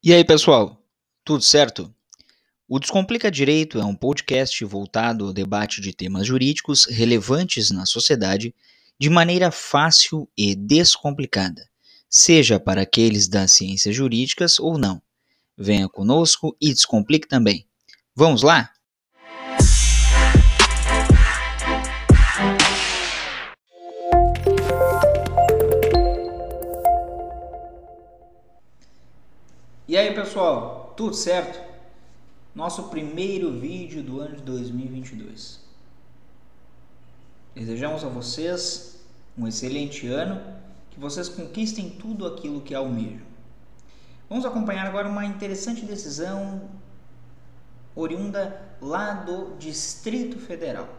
E aí, pessoal, tudo certo? O Descomplica Direito é um podcast voltado ao debate de temas jurídicos relevantes na sociedade de maneira fácil e descomplicada, seja para aqueles das ciências jurídicas ou não. Venha conosco e descomplique também. Vamos lá? E aí, pessoal, tudo certo? Nosso primeiro vídeo do ano de 2022. Desejamos a vocês um excelente ano, que vocês conquistem tudo aquilo que almejam. Vamos acompanhar agora uma interessante decisão oriunda lá do Distrito Federal.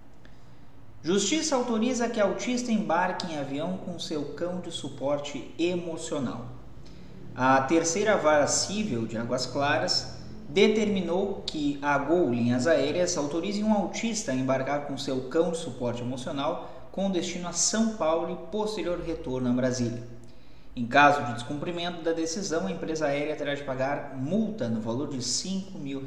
Justiça autoriza que autista embarque em avião com seu cão de suporte emocional. A terceira vara civil de Águas Claras determinou que a Gol Linhas Aéreas autorize um autista a embarcar com seu cão de suporte emocional com destino a São Paulo e posterior retorno a Brasília. Em caso de descumprimento da decisão, a empresa aérea terá de pagar multa no valor de R$5 mil.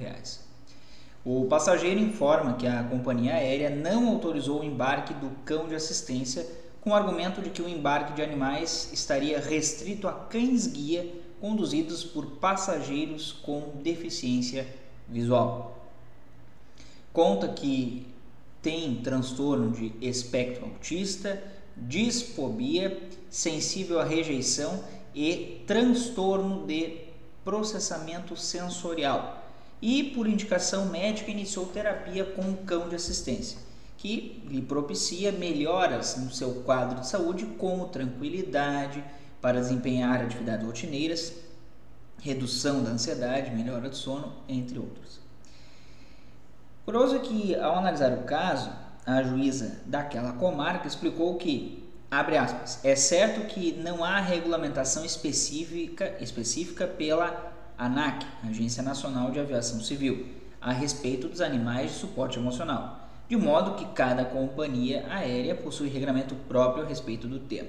O passageiro informa que a companhia aérea não autorizou o embarque do cão de assistência com o argumento de que o embarque de animais estaria restrito a cães-guia conduzidos por passageiros com deficiência visual. Conta que tem transtorno de espectro autista, disfobia, sensível à rejeição e transtorno de processamento sensorial. E, por indicação médica, iniciou terapia com um cão de assistência, que lhe propicia melhoras no seu quadro de saúde, como tranquilidade para desempenhar atividades rotineiras, redução da ansiedade, melhora do sono, entre outros. Curioso é que, ao analisar o caso, a juíza daquela comarca explicou que, abre aspas, é certo que não há regulamentação específica pela ANAC, Agência Nacional de Aviação Civil, a respeito dos animais de suporte emocional, de modo que cada companhia aérea possui regramento próprio a respeito do tema.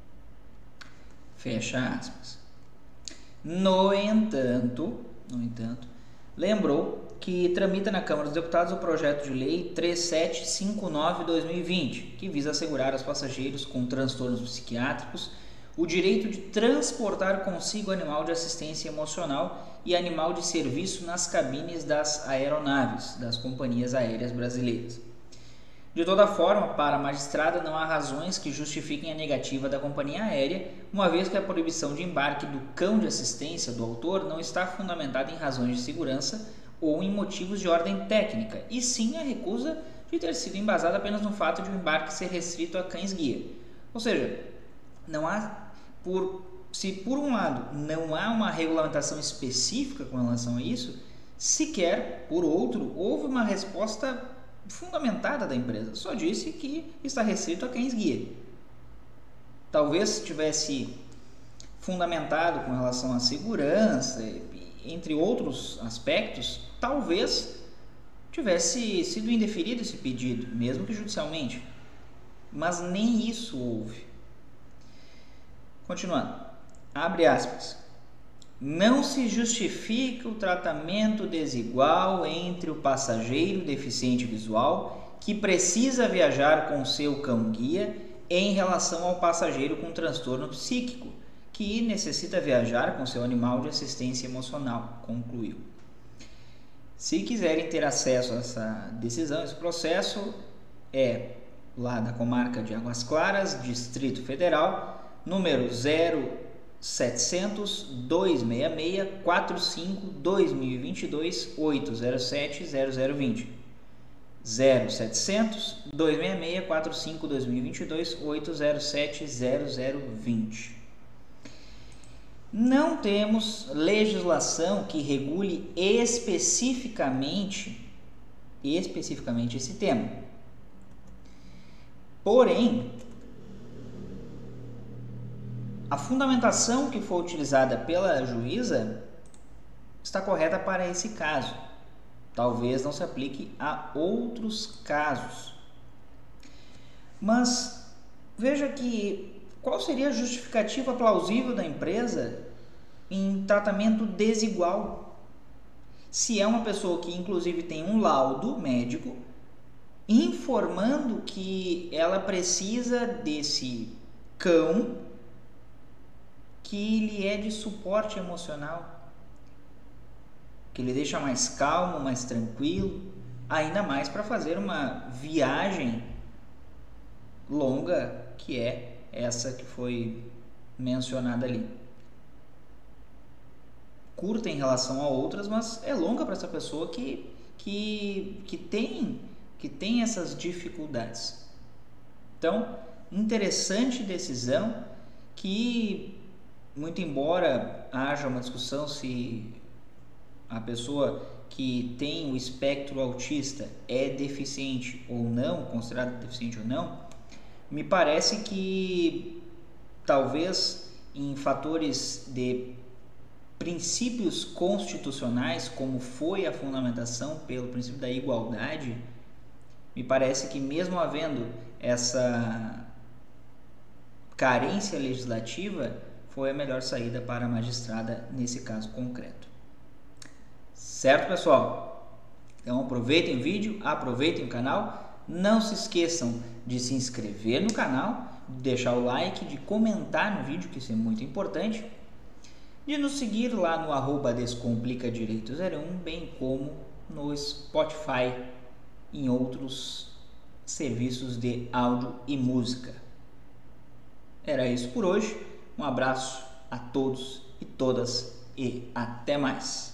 Fecha aspas. No entanto, lembrou que tramita na Câmara dos Deputados o projeto de lei 3759/2020, que visa assegurar aos passageiros com transtornos psiquiátricos o direito de transportar consigo animal de assistência emocional e animal de serviço nas cabines das aeronaves das companhias aéreas brasileiras. De toda forma, para a magistrada não há razões que justifiquem a negativa da companhia aérea, uma vez que a proibição de embarque do cão de assistência do autor não está fundamentada em razões de segurança ou em motivos de ordem técnica, e sim a recusa de ter sido embasada apenas no fato de o embarque ser restrito a cães-guia. Ou seja, não há, se por um lado não há uma regulamentação específica com relação a isso, sequer, por outro, houve uma resposta fundamentada da empresa. Só disse que está restrito a cães-guia. Talvez tivesse fundamentado com relação à segurança, entre outros aspectos, talvez tivesse sido indeferido esse pedido, mesmo que judicialmente. Mas nem isso houve. Continuando, abre aspas. Não se justifica o tratamento desigual entre o passageiro deficiente visual que precisa viajar com seu cão-guia em relação ao passageiro com transtorno psíquico que necessita viajar com seu animal de assistência emocional, concluiu. Se quiserem ter acesso a essa decisão, esse processo é lá da comarca de Águas Claras, Distrito Federal, número 0700-266-45-2022-807-0020. 0700-266-45-2022-807-0020. Não temos legislação que regule especificamente esse tema. Porém, a fundamentação que foi utilizada pela juíza está correta para esse caso. Talvez não se aplique a outros casos. Mas veja que qual seria a justificativa plausível da empresa em tratamento desigual. Se é uma pessoa que inclusive tem um laudo médico informando que ela precisa desse cão que lhe é de suporte emocional, que lhe deixa mais calmo, mais tranquilo, ainda mais para fazer uma viagem longa, que é essa que foi mencionada ali. Curta em relação a outras, mas é longa para essa pessoa que tem essas dificuldades. Então, interessante decisão que, muito embora haja uma discussão se a pessoa que tem o espectro autista é deficiente ou não, considerada deficiente ou não, me parece que talvez em fatores de princípios constitucionais, como foi a fundamentação pelo princípio da igualdade, me parece que mesmo havendo essa carência legislativa, foi a melhor saída para a magistrada nesse caso concreto. Certo, pessoal? Então aproveitem o vídeo, aproveitem o canal, não se esqueçam de se inscrever no canal, de deixar o like, de comentar no vídeo, que isso é muito importante, de nos seguir lá no @descomplicadireito01, bem como no Spotify e em outros serviços de áudio e música. Era isso por hoje, um abraço a todos e todas e até mais!